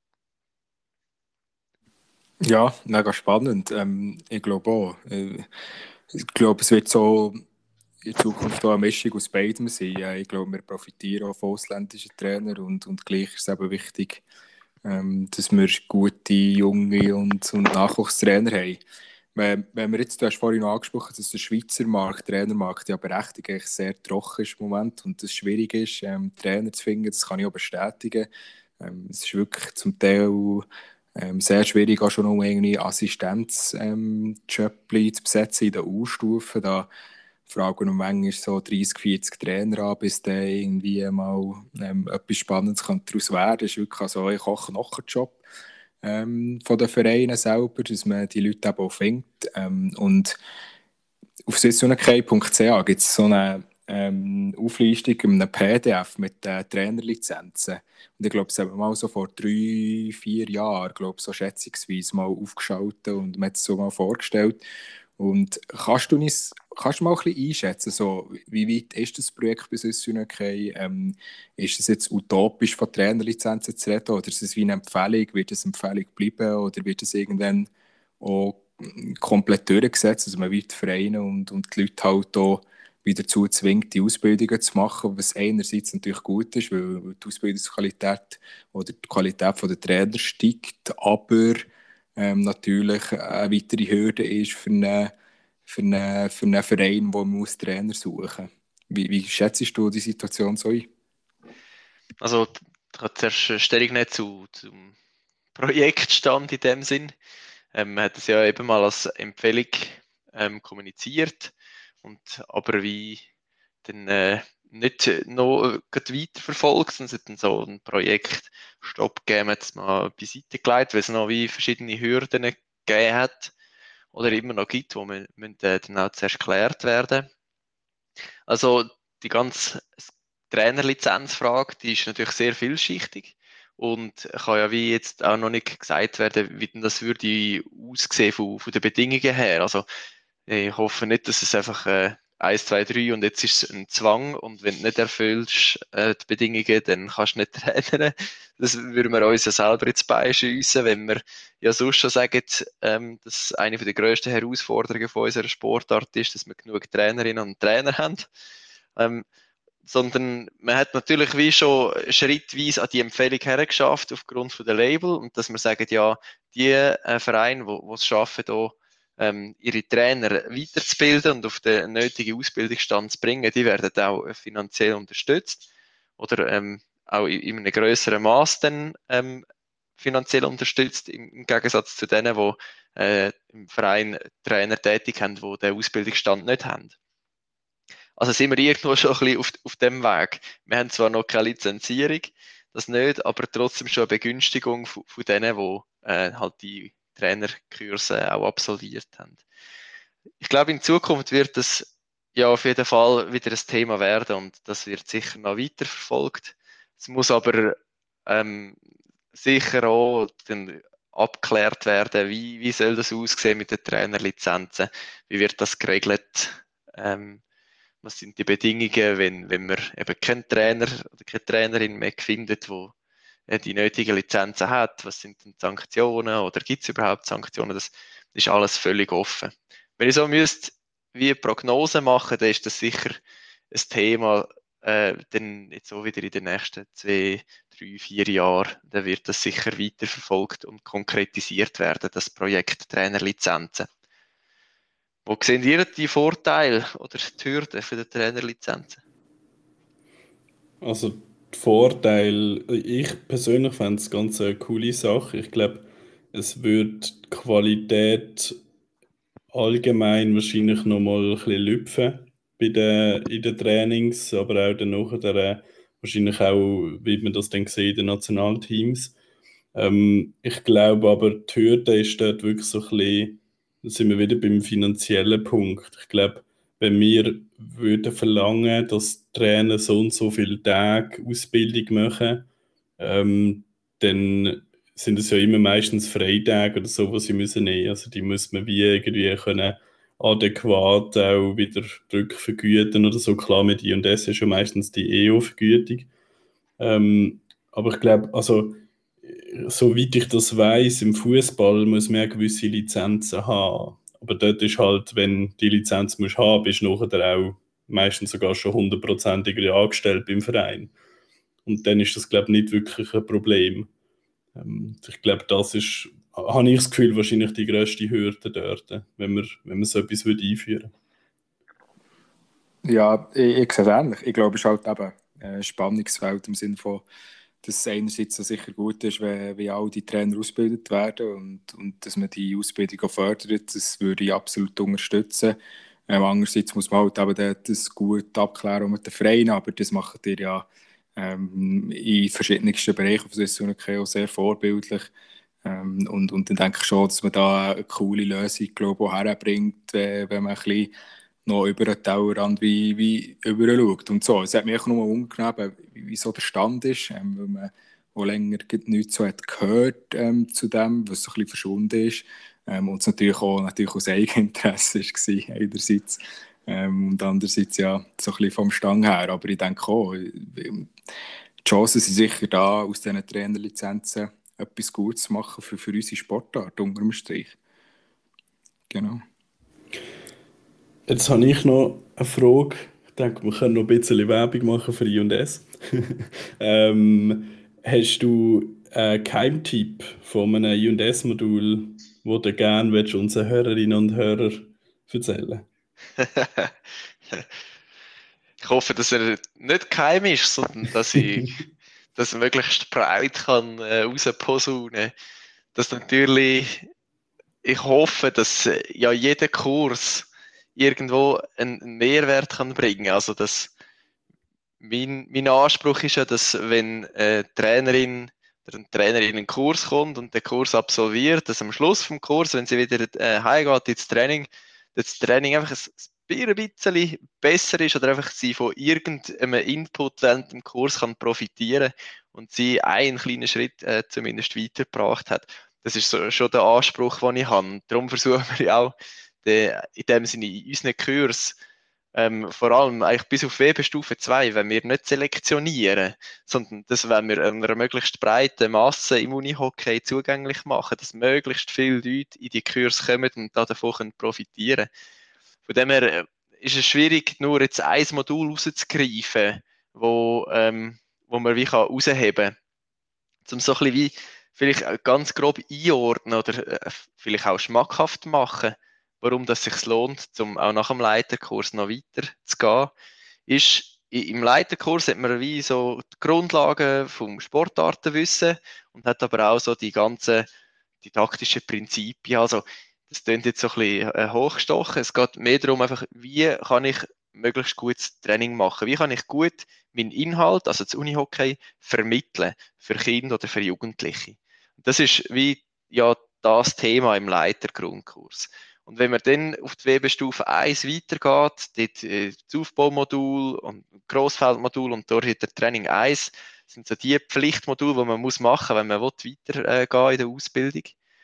Ja, mega spannend. Ähm, ich glaube auch. Äh, ich glaube, es wird so in Zukunft auch eine Mischung aus beidem sein. Ja, ich glaube, wir profitieren auch von ausländischen Trainern und, und gleich ist es eben wichtig, ähm, dass wir gute, junge und, und Nachwuchstrainer haben. Wenn, wenn wir jetzt, du hast vorhin noch angesprochen, dass der Schweizer Markt, der Trainermarkt, ja berechtigt eigentlich sehr trocken ist im Moment und es schwierig ist, ähm, Trainer zu finden, das kann ich auch bestätigen. Ähm, es ist wirklich zum Teil ähm, sehr schwierig, auch schon noch irgendwie Assistenzjobs ähm, zu besetzen in der U-Stufe. Da fragen um manchmal so dreißig, vierzig Trainer an, bis dann irgendwie mal ähm, etwas Spannendes daraus werden kann. Das ist wirklich also ein Koch-Nocher-Job ähm, von den Vereinen selber, dass man die Leute eben auch findet. Ähm, und auf swiss-unihockey punkt c h gibt es so eine ähm, Auflistung in einem P D F mit den Trainerlizenzen. Und ich glaube, es haben wir mal so vor drei, vier Jahren, glaube so schätzungsweise mal aufgeschaltet und man hat es so mal vorgestellt. Und kannst du, uns, kannst du mal ein bisschen einschätzen, so, wie weit ist das Projekt bei swiss-unihockey? Ähm, ist es jetzt utopisch, von Trainerlizenzen zu reden, oder ist es wie eine Empfehlung? Wird es eine Empfehlung bleiben, oder wird es irgendwann auch komplett durchgesetzt, also man wird die Vereine und, und die Leute halt auch wieder dazu zwingt, die Ausbildungen zu machen, was einerseits natürlich gut ist, weil, weil die Ausbildungsqualität oder die Qualität der Trainer steigt, aber ähm, natürlich eine weitere Hürde ist für einen, für einen, für einen Verein, der muss Trainer suchen muss. Wie, wie schätzt du die Situation so ein? Also, ich habe zuerst Stellung nehmen zu, zum Projektstand in dem Sinn. Ähm, man hat es ja eben mal als Empfehlung ähm, kommuniziert, und, aber wie dann äh, nicht noch weiter verfolgt, sondern es hat dann so einen Projektstopp gegeben, hat es mal beiseite gelegt, weil es noch wie verschiedene Hürden gegeben hat oder immer noch gibt, die müssen, müssen äh, dann auch zuerst geklärt werden. Also die ganze Trainerlizenzfrage, die ist natürlich sehr vielschichtig und kann ja wie jetzt auch noch nicht gesagt werden, wie denn das würde aussehen von, von den Bedingungen her. Also ich hoffe nicht, dass es einfach äh, eins, zwei, drei und jetzt ist es ein Zwang, und wenn du nicht erfüllst äh, die Bedingungen, dann kannst du nicht trainieren. Das würden wir uns ja selber ins Bein schiessen, wenn wir ja sonst schon sagen, ähm, dass eine der grössten Herausforderungen von unserer Sportart ist, dass wir genug Trainerinnen und Trainer haben. Ähm, sondern man hat natürlich wie schon schrittweise an die Empfehlung hergeschafft aufgrund von der Label, und dass man sagt, ja, die äh, Vereine, die es schaffen, da ähm, ihre Trainer weiterzubilden und auf den nötigen Ausbildungsstand zu bringen, die werden auch finanziell unterstützt oder ähm, auch in, in einem grösseren Maß dann ähm, finanziell unterstützt, im, im Gegensatz zu denen, die äh, im Verein Trainer tätig haben, die den Ausbildungsstand nicht haben. Also sind wir irgendwo schon ein bisschen auf, auf dem Weg. Wir haben zwar noch keine Lizenzierung, das nicht, aber trotzdem schon eine Begünstigung von, von denen, die äh, halt die Trainerkurse auch absolviert haben. Ich glaube, in Zukunft wird das ja auf jeden Fall wieder ein Thema werden, und das wird sicher noch weiter verfolgt. Es muss aber ähm, sicher auch dann abgeklärt werden, wie, wie soll das aussehen mit den Trainerlizenzen, wie wird das geregelt, ähm, was sind die Bedingungen, wenn, wenn man eben keinen Trainer oder keine Trainerin mehr findet, die die nötigen Lizenzen hat, was sind denn Sanktionen oder gibt es überhaupt Sanktionen, das ist alles völlig offen. Wenn ich so müsste wie eine Prognose machen, dann ist das sicher ein Thema, äh, dann jetzt so wieder in den nächsten zwei, drei, vier Jahren, dann wird das sicher weiterverfolgt und konkretisiert werden, das Projekt Trainerlizenzen. Wo sehen ihr die Vorteile oder die Hürden für die Trainerlizenzen? Also, die Vorteile, ich persönlich fände es ganz eine coole Sache. Ich glaube, es würde die Qualität allgemein wahrscheinlich noch mal ein bisschen lüpfen bei den, in den Trainings, aber auch dann nachher äh, wahrscheinlich auch, wie man das dann sieht in den Nationalteams. Ähm, ich glaube aber, die Hürde ist dort wirklich so ein bisschen, da sind wir wieder beim finanziellen Punkt. Ich glaube, wenn wir würden verlangen, dass die Trainer so und so viele Tage Ausbildung machen, ähm, dann sind es ja immer meistens Freitage oder so, was sie müssen nehmen. Also die muss man wie irgendwie können adäquat auch wieder rückvergüten oder so. Klar, mit I und S ist ja meistens die E O-Vergütung. Ähm, aber ich glaube, also soweit ich das weiß, im Fußball muss man ja gewisse Lizenzen haben. Aber dort ist halt, wenn die Lizenz musst haben, bist du nachher auch meistens sogar schon hundertprozentig angestellt beim Verein. Und dann ist das, glaube ich, nicht wirklich ein Problem. Ähm, ich glaube, das ist, habe ich das Gefühl, wahrscheinlich die grösste Hürde dort, wenn man, wenn man so etwas einführen würde. Ja, ich, ich sehe es ähnlich. Ich glaube, es ist halt eben ein Spannungsfeld im Sinne von, dass es einerseits so sicher gut ist, wenn, wenn all die Trainer ausgebildet werden und, und dass man die Ausbildung auch fördert. Das würde ich absolut unterstützen. Ähm, andererseits muss man halt eben das gut abklären mit den Vereinen, aber das macht ihr ja ähm, in verschiedensten Bereichen von Swiss Unihockey auch sehr vorbildlich. Ähm, und, und dann denke ich schon, dass man da eine coole Lösung, glaube ich, auch herbringt, äh, wenn man ein bisschen noch über den Tellerrand wie, wie über schaut und so. Es hat mich auch nur umgenommen, wie so der Stand ist, ähm, weil man auch länger nichts so hat gehört ähm, zu dem, was so ein bisschen verschwunden ist. Ähm, und es natürlich auch natürlich aus Eigeninteresse war, einerseits. Ähm, und andererseits ja so ein bisschen vom Stang her. Aber ich denke auch, die Chancen sind sicher da, aus diesen Trainerlizenzen etwas Gutes zu machen für, für unsere Sportart, unter dem Strich. Genau. Jetzt habe ich noch eine Frage. Ich denke, wir können noch ein bisschen Werbung machen für I und S. ähm, hast du einen Geheimtipp von einem I und S-Modul, wo du gerne willst, unseren Hörerinnen und Hörern erzählen? Ich hoffe, dass er nicht geheim ist, sondern dass ich das möglichst breit kann äh, rausposaunen. Dass natürlich, ich hoffe, dass äh, ja jeder Kurs irgendwo einen, einen Mehrwert kann bringen. Also dass mein, mein Anspruch ist ja, dass wenn eine Trainerin oder ein Trainer in einen Kurs kommt und den Kurs absolviert, dass am Schluss vom Kurs, wenn sie wieder äh, heimgeht ins Training, dass das Training einfach ein, ein bisschen besser ist oder einfach sie von irgendeinem Input während dem Kurs kann profitieren und sie einen kleinen Schritt äh, zumindest weitergebracht hat. Das ist so, schon der Anspruch, den ich habe. Darum versuchen wir ja auch den, in dem Sinne in unseren Kurs ähm, vor allem eigentlich bis auf Weberstufe zwei, wenn wir nicht selektionieren, sondern das wollen wir einer möglichst breiten Masse im Unihockey zugänglich machen, dass möglichst viele Leute in die Kurse kommen und davon profitieren können. Von dem her ist es schwierig, nur jetzt ein Modul rauszugreifen, wo, ähm, wo man wie kann rausheben kann. Um so ein bisschen wie vielleicht ganz grob einordnen oder äh, vielleicht auch schmackhaft machen, warum das sich lohnt, um auch nach dem Leiterkurs noch weiter zu gehen, ist, im Leiterkurs hat man wie so die Grundlagen vom Sportartenwissen und hat aber auch so die ganzen didaktischen Prinzipien. Also, das klingt jetzt so ein bisschen äh, hochgestochen. Es geht mehr darum, einfach, wie kann ich möglichst gutes Training machen? Wie kann ich gut meinen Inhalt, also das Unihockey, vermitteln für Kinder oder für Jugendliche? Das ist wie ja das Thema im Leitergrundkurs. Und wenn man dann auf die Weberstufe eins weitergeht, dort äh, das Aufbaumodul und Grossfeldmodul und dort der Training eins, sind so die Pflichtmodule, die man muss machen muss, wenn man weitergehen äh, in der Ausbildung.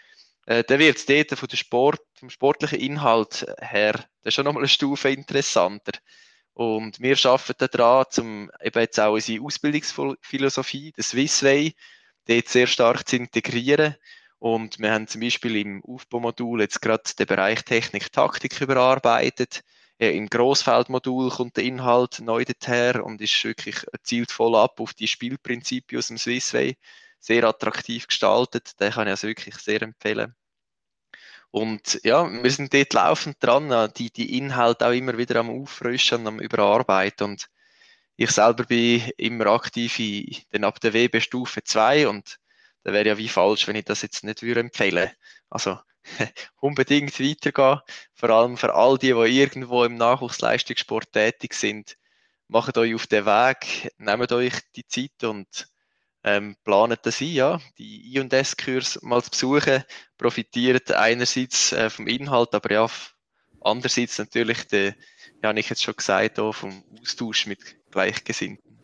Äh, dann wird es dort von der Sport, vom sportlichen Inhalt her, das ist schon nochmal eine Stufe interessanter. Und wir arbeiten daran, um eben jetzt auch unsere Ausbildungsphilosophie, das Swiss Way, dort sehr stark zu integrieren. Und wir haben zum Beispiel im Aufbaumodul jetzt gerade den Bereich Technik, Taktik überarbeitet. Im Grossfeldmodul kommt der Inhalt neu daher und ist wirklich zielt voll ab auf die Spielprinzipien aus dem Swiss Way. Sehr attraktiv gestaltet, den kann ich also wirklich sehr empfehlen. Und ja, wir sind dort laufend dran, die, die Inhalte auch immer wieder am Auffrischen, am Überarbeiten. Und ich selber bin immer aktiv in, dann ab der W B-Stufe zwei und da wäre ja wie falsch, wenn ich das jetzt nicht würde empfehlen. Also unbedingt weitergehen, vor allem für all die, die irgendwo im Nachwuchsleistungssport tätig sind. Macht euch auf den Weg, nehmt euch die Zeit und ähm, planet das ein, ja, die I und S-Kurs mal zu besuchen, profitiert einerseits äh, vom Inhalt, aber ja, andererseits natürlich, der, ja, habe ich jetzt schon gesagt, auch vom Austausch mit Gleichgesinnten.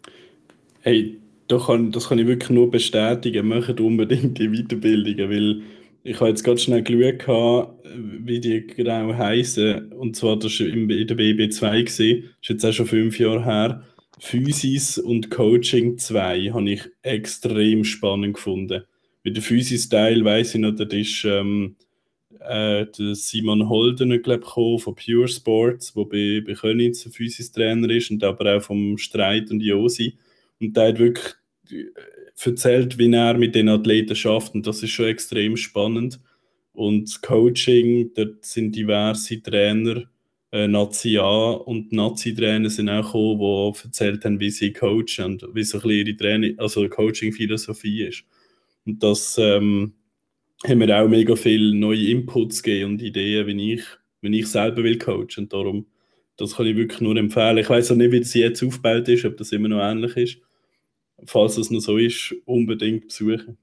Hey, da kann, das kann ich wirklich nur bestätigen. Macht unbedingt die Weiterbildungen, weil ich habe jetzt gerade schnell geschaut, wie die genau heissen. Und zwar, das war in der B B zwei, das ist jetzt auch schon fünf Jahre her. Physis und Coaching zwei habe ich extrem spannend gefunden. Mit dem Physis-Teil weiss ich noch, das ist ähm, äh, der Simon Holdener, glaube ich, gekommen, von Pure Sports, der bei, bei Königs ein Physistrainer ist und aber auch vom Streit und Josi. Und der hat wirklich erzählt, wie er mit den Athleten schafft. Und das ist schon extrem spannend. Und Coaching, dort sind diverse Trainer, äh, Nazi A und Nazi-Trainer sind auch gekommen, die erzählt haben, wie sie coachen und wie so ein bisschen ihre Training, also Coaching-Philosophie ist. Und das ähm, haben mir auch mega viele neue Inputs gegeben und Ideen, wie ich wenn ich selber will coachen. Und darum, das kann ich wirklich nur empfehlen. Ich weiß auch nicht, wie das jetzt aufgebaut ist, ob das immer noch ähnlich ist. Falls das noch so ist, unbedingt besuchen.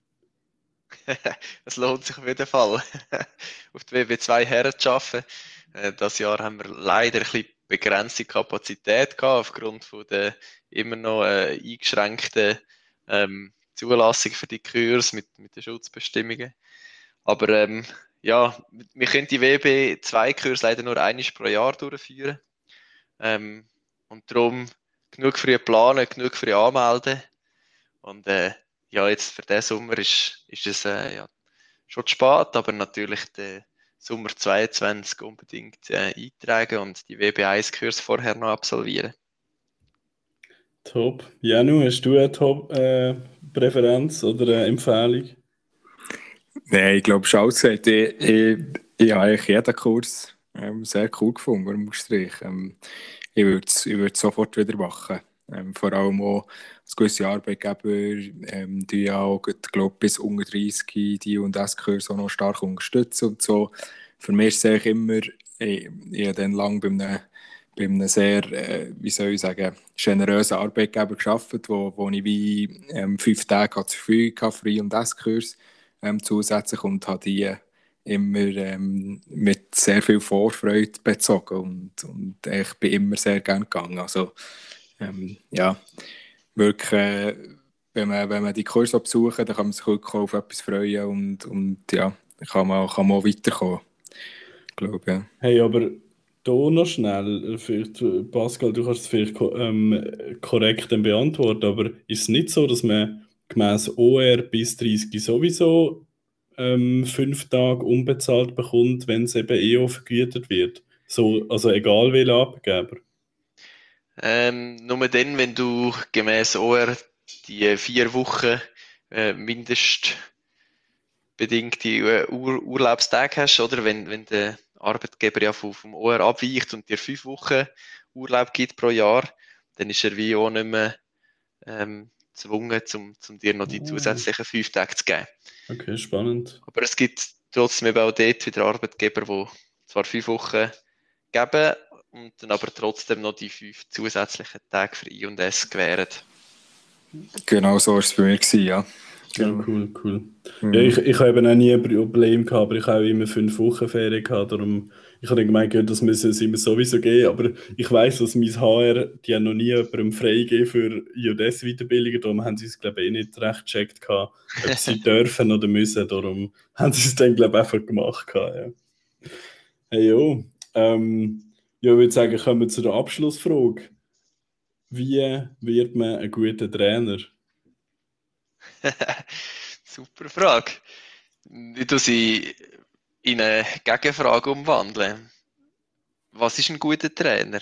Es lohnt sich auf jeden Fall, auf die W B zwei Herren zu arbeiten. Äh, Das Jahr haben wir leider ein bisschen begrenzte Kapazität gehabt, aufgrund von der immer noch äh, eingeschränkten ähm, Zulassung für die Kurse mit, mit den Schutzbestimmungen. Aber ähm, ja, wir können die W B zwei Kurse leider nur einmal pro Jahr durchführen. Ähm, und darum genug früh planen, genug früh anmelden. Und äh, ja, jetzt für diesen Sommer ist, ist es äh, ja, schon zu spät, aber natürlich den Sommer zweiundzwanzig unbedingt äh, eintragen und die W B eins Kurs vorher noch absolvieren. Top. Janu, hast du eine Top-Präferenz oder eine Empfehlung? Nein, ich glaube schon gesagt. Ich, ich, ich habe eigentlich jeden Kurs ähm, sehr cool gefunden, warum Strich. Ähm, ich würde es ich würd's sofort wieder machen. Ähm, vor allem auch als gewisse Arbeitgeber, ähm, die ja auch, glaube bis unter dreißig die und das Kurs auch noch stark unterstützen und so. Für mich ist es eigentlich immer, ich, ich habe dann lange bei einem, bei einem sehr, äh, wie soll ich sagen, generösen Arbeitgeber gearbeitet, wo, wo ich wie ähm, fünf Tage zur Verfügung hatte für I und S-Kurs ähm, zusätzlich und habe die immer ähm, mit sehr viel Vorfreude bezogen und, und ich bin immer sehr gerne gegangen. Also ähm, ja, wirklich, äh, wenn man, wenn man die Kurse besuchen, dann kann man sich wirklich auf etwas freuen und, und ja, kann man, kann man auch weiterkommen, glaube ich. Ja. Hey, aber da noch schnell, vielleicht, Pascal, du kannst es vielleicht ko- ähm, korrekt dann beantworten, aber ist es nicht so, dass man gemäß O R bis dreißig sowieso ähm, fünf Tage unbezahlt bekommt, wenn es eben E O vergütet wird? So, also egal welcher Abgeber. Ähm, nur dann, wenn du gemäß O R die vier Wochen äh, mindestbedingte äh, Ur Urlaubstage hast, oder? Wenn, wenn der Arbeitgeber ja vom, vom O R abweicht und dir fünf Wochen Urlaub gibt pro Jahr, dann ist er wie auch nicht mehr ähm, gezwungen, um, um dir noch die Ah, zusätzlichen fünf Tage zu geben. okay, spannend. Aber es gibt trotzdem eben auch dort wieder Arbeitgeber, die zwar fünf Wochen geben und dann aber trotzdem noch die fünf zusätzlichen Tage für I und S gewähren. Genau so war es bei mir, gewesen, ja. Ja, Genau. cool, cool. Ja, Mhm. ich, ich habe eben auch nie ein Problem gehabt, aber ich habe auch immer fünf Wochen Ferien gehabt, darum, ich habe gemeint, ja, das müsse es immer sowieso geben, aber ich weiss, dass mein H R, die haben noch nie jemandem freigegeben für I und S-Weiterbildungen, darum haben sie es, glaube ich, eh nicht recht gecheckt gehabt, ob sie dürfen oder müssen, darum haben sie es dann, glaube ich, einfach gemacht gehabt, ja. Hey, jo, ähm, ja, ich würde sagen, kommen wir zu der Abschlussfrage. Wie wird man ein guter Trainer? Super Frage. Ich tue sie in eine Gegenfrage umwandeln. Was ist ein guter Trainer?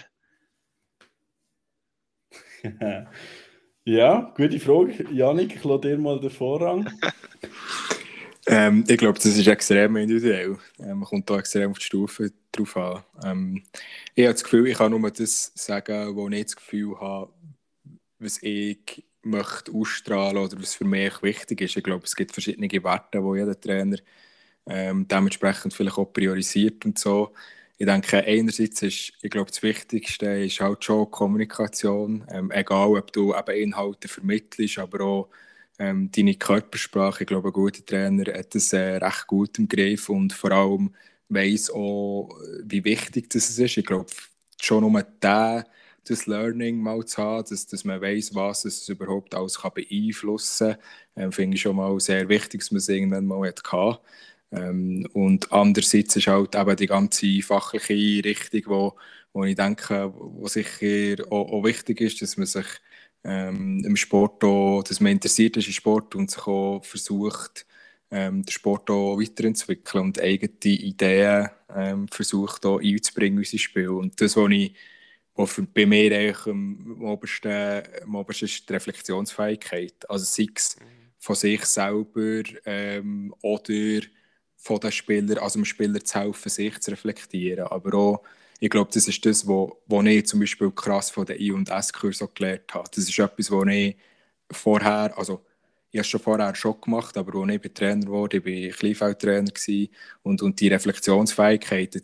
Ja, gute Frage. Janik, ich lasse dir mal den Vorrang. Ähm, ich glaube, das ist extrem individuell. Ähm, man kommt da extrem auf die Stufe drauf an. Ähm, ich habe das Gefühl, ich kann nur das sagen, wo ich das Gefühl habe, was ich möchte ausstrahlen oder was für mich wichtig ist. Ich glaube, es gibt verschiedene Werte, die jeder Trainer ähm, dementsprechend vielleicht auch priorisiert und so. Ich denke, einerseits ist, ich glaube, das Wichtigste ist halt schon Kommunikation. Ähm, egal, ob du eben Inhalte vermittelst, aber auch ähm, deine Körpersprache. Ich glaube, ein guter Trainer hat das äh, recht gut im Griff und vor allem weiss auch, wie wichtig das ist. Ich glaube, schon nur der, das Learning mal zu haben, dass, dass man weiss, was es überhaupt alles kann beeinflussen kann, ähm, finde ich schon mal sehr wichtig, dass man es irgendwann mal hatte. Ähm, und andererseits ist halt eben die ganze fachliche Richtung, wo, wo ich denke, wo sicher auch, auch wichtig ist, dass man sich ähm, im Sport auch, dass man interessiert ist im Sport und sich auch versucht, ähm, den Sport auch weiterzuentwickeln und eigene Ideen ähm, versucht auch einzubringen in unser Spiel. Und das, was ich was für, bei mir eigentlich am, am, obersten, am obersten ist die Reflexionsfähigkeit. Also sei es von sich selber ähm, oder von den Spielern, also dem Spieler zu helfen, sich zu reflektieren. Aber auch, ich glaube, das ist das, was ich zum Beispiel krass von den I und S-Kursen gelernt habe. Das ist etwas, was ich vorher, also ich habe es schon vorher schon gemacht, aber als ich Trainer wurde, ich war Kleinfeldtrainer und, und die Reflexionsfähigkeit, jetzt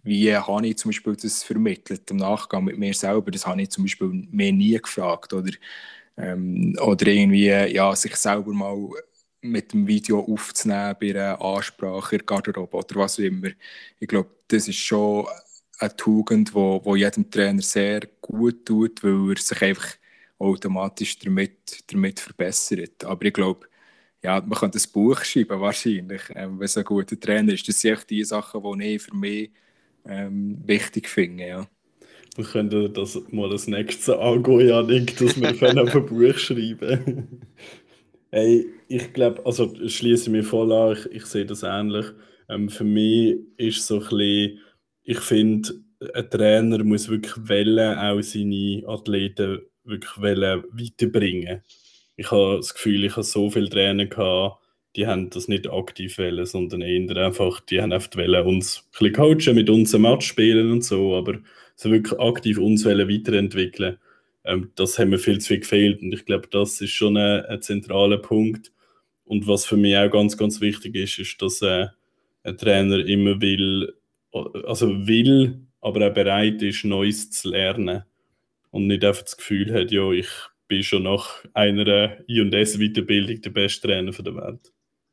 wie habe ich zum Beispiel das vermittelt im Nachgang mit mir selber, das habe ich zum Beispiel mir nie gefragt. Oder, ähm, oder irgendwie ja, sich selber mal mit dem Video aufzunehmen bei einer Ansprache in der Garderobe oder was auch immer. Ich glaube, das ist schon eine Tugend, wo, wo jedem Trainer sehr gut tut, weil er sich einfach automatisch damit, damit verbessert. Aber ich glaube, ja, man kann das Buch schreiben, wahrscheinlich, ähm, wenn es ein guter Trainer ist. Das sind echt die Sachen, die ich für mich ähm, wichtig finde. Ja. Wir können das mal als nächstes angehen, Janik, dass wir können auf ein Buch schreiben. Hey, ich glaube, also schließe mich voll an, ich, ich sehe das ähnlich. Ähm, für mich ist so ein bisschen, ich finde, ein Trainer muss wirklich wollen, auch seine Athleten wirklich wollen weiterbringen. Ich habe das Gefühl, ich habe so viele Trainer gehabt, die haben das nicht aktiv wollen, sondern eher einfach, die haben einfach wollen, uns ein bisschen coachen, mit uns ein Match spielen und so, aber so wirklich aktiv uns wollen weiterentwickeln. Ähm, das haben mir viel zu viel gefehlt und ich glaube, das ist schon ein, ein zentraler Punkt. Und was für mich auch ganz, ganz wichtig ist, ist, dass äh, ein Trainer immer will, also will, aber auch bereit ist, Neues zu lernen und nicht einfach das Gefühl hat, ja, ich bin schon nach einer I und S-Weiterbildung der beste Trainer der Welt.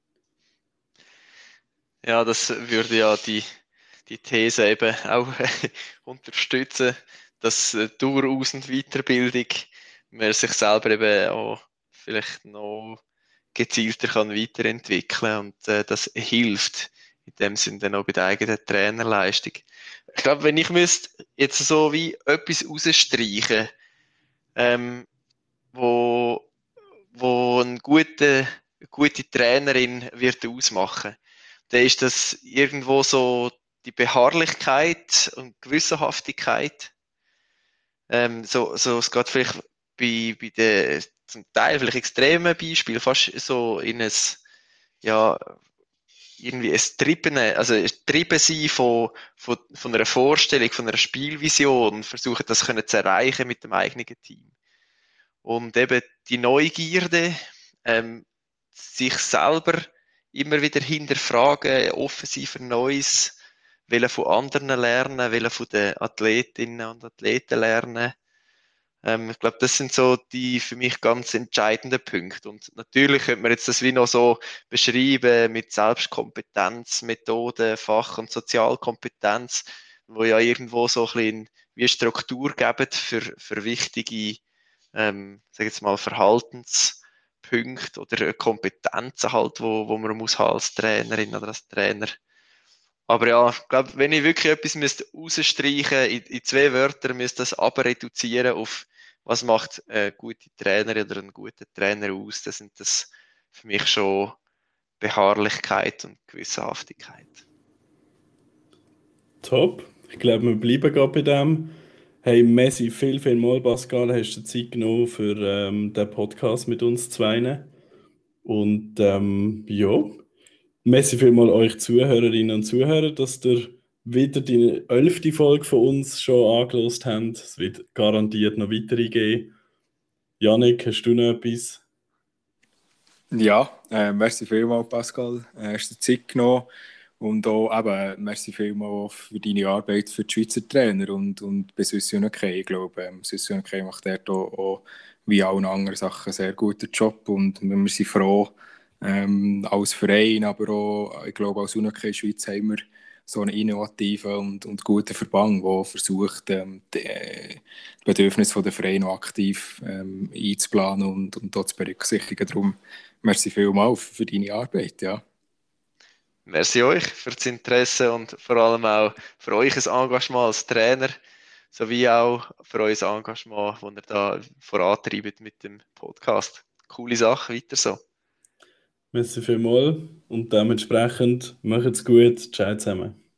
Ja, das würde ja die, die These eben auch unterstützen, dass äh, durchaus eine Weiterbildung man sich selber eben auch vielleicht noch gezielter kann weiterentwickeln und äh, das hilft in dem Sinne dann auch bei der eigenen Trainerleistung. Ich glaube, wenn ich müsste jetzt so wie etwas rausstreichen, ähm, wo, wo eine gute, eine gute Trainerin wird ausmachen, dann ist das irgendwo so die Beharrlichkeit und Gewissenhaftigkeit. Ähm, so, so, es geht vielleicht bei, bei den zum Teil vielleicht extremen Beispielen fast so in ein, ja, irgendwie ein Trieben, also ein Trieben sein von, von, von einer Vorstellung, von einer Spielvision, versuchen das können zu erreichen mit dem eigenen Team. Und eben die Neugierde, ähm, sich selber immer wieder hinterfragen, offen sein für Neues, wollen von anderen lernen, wollen von den Athletinnen und Athleten lernen. Ähm, ich glaube, das sind so die für mich ganz entscheidenden Punkte. Und natürlich könnte man jetzt das wie noch so beschreiben mit Selbstkompetenz, Methoden, Fach- und Sozialkompetenz, wo ja irgendwo so ein bisschen wie Struktur geben für, für wichtige, ähm, sag jetzt mal, Verhaltenspunkte oder Kompetenzen halt, wo, wo man muss haben als Trainerin oder als Trainer. Aber ja, ich glaube, wenn ich wirklich etwas müsste rausstreichen in, in zwei Wörtern, müsste das aber reduzieren auf, was macht eine gute Trainerin oder einen guten Trainer aus. Das sind das für mich schon Beharrlichkeit und Gewissenhaftigkeit. Top. Ich glaube, wir bleiben gerade bei dem. Hey, Messi, viel, viel mal, Pascal, hast du Zeit genommen für ähm, den Podcast mit uns zwei. Und ähm, ja, merci vielmals euch Zuhörerinnen und Zuhörer, dass ihr wieder die elfte Folge von uns schon angelost habt. Es wird garantiert noch weitere geben. Janik, hast du noch etwas? Ja, äh, merci vielmals, Pascal. Äh, hast du dir Zeit genommen. Und auch eben, merci vielmals für deine Arbeit für die Schweizer Trainer und, und bei Swiss Unikay. Ich glaube, ähm, Swiss Unikay macht dort auch, auch wie allen anderen Sachen einen sehr guten Job. Und wir sind froh, ähm, als Verein, aber auch, ich glaube, als Unikay Schweiz haben wir so einen innovativen und, und guten Verband, der versucht, ähm, die, die Bedürfnisse der Vereine aktiv ähm, einzuplanen und, und dort zu berücksichtigen. Darum merci vielmals für deine Arbeit. Ja. Merci euch für das Interesse und vor allem auch für euch ein Engagement als Trainer, sowie auch für euer Engagement, das ihr da vorantreibt mit dem Podcast. Coole Sache, weiter so. Merci vielmals und dementsprechend macht's gut. Ciao zusammen.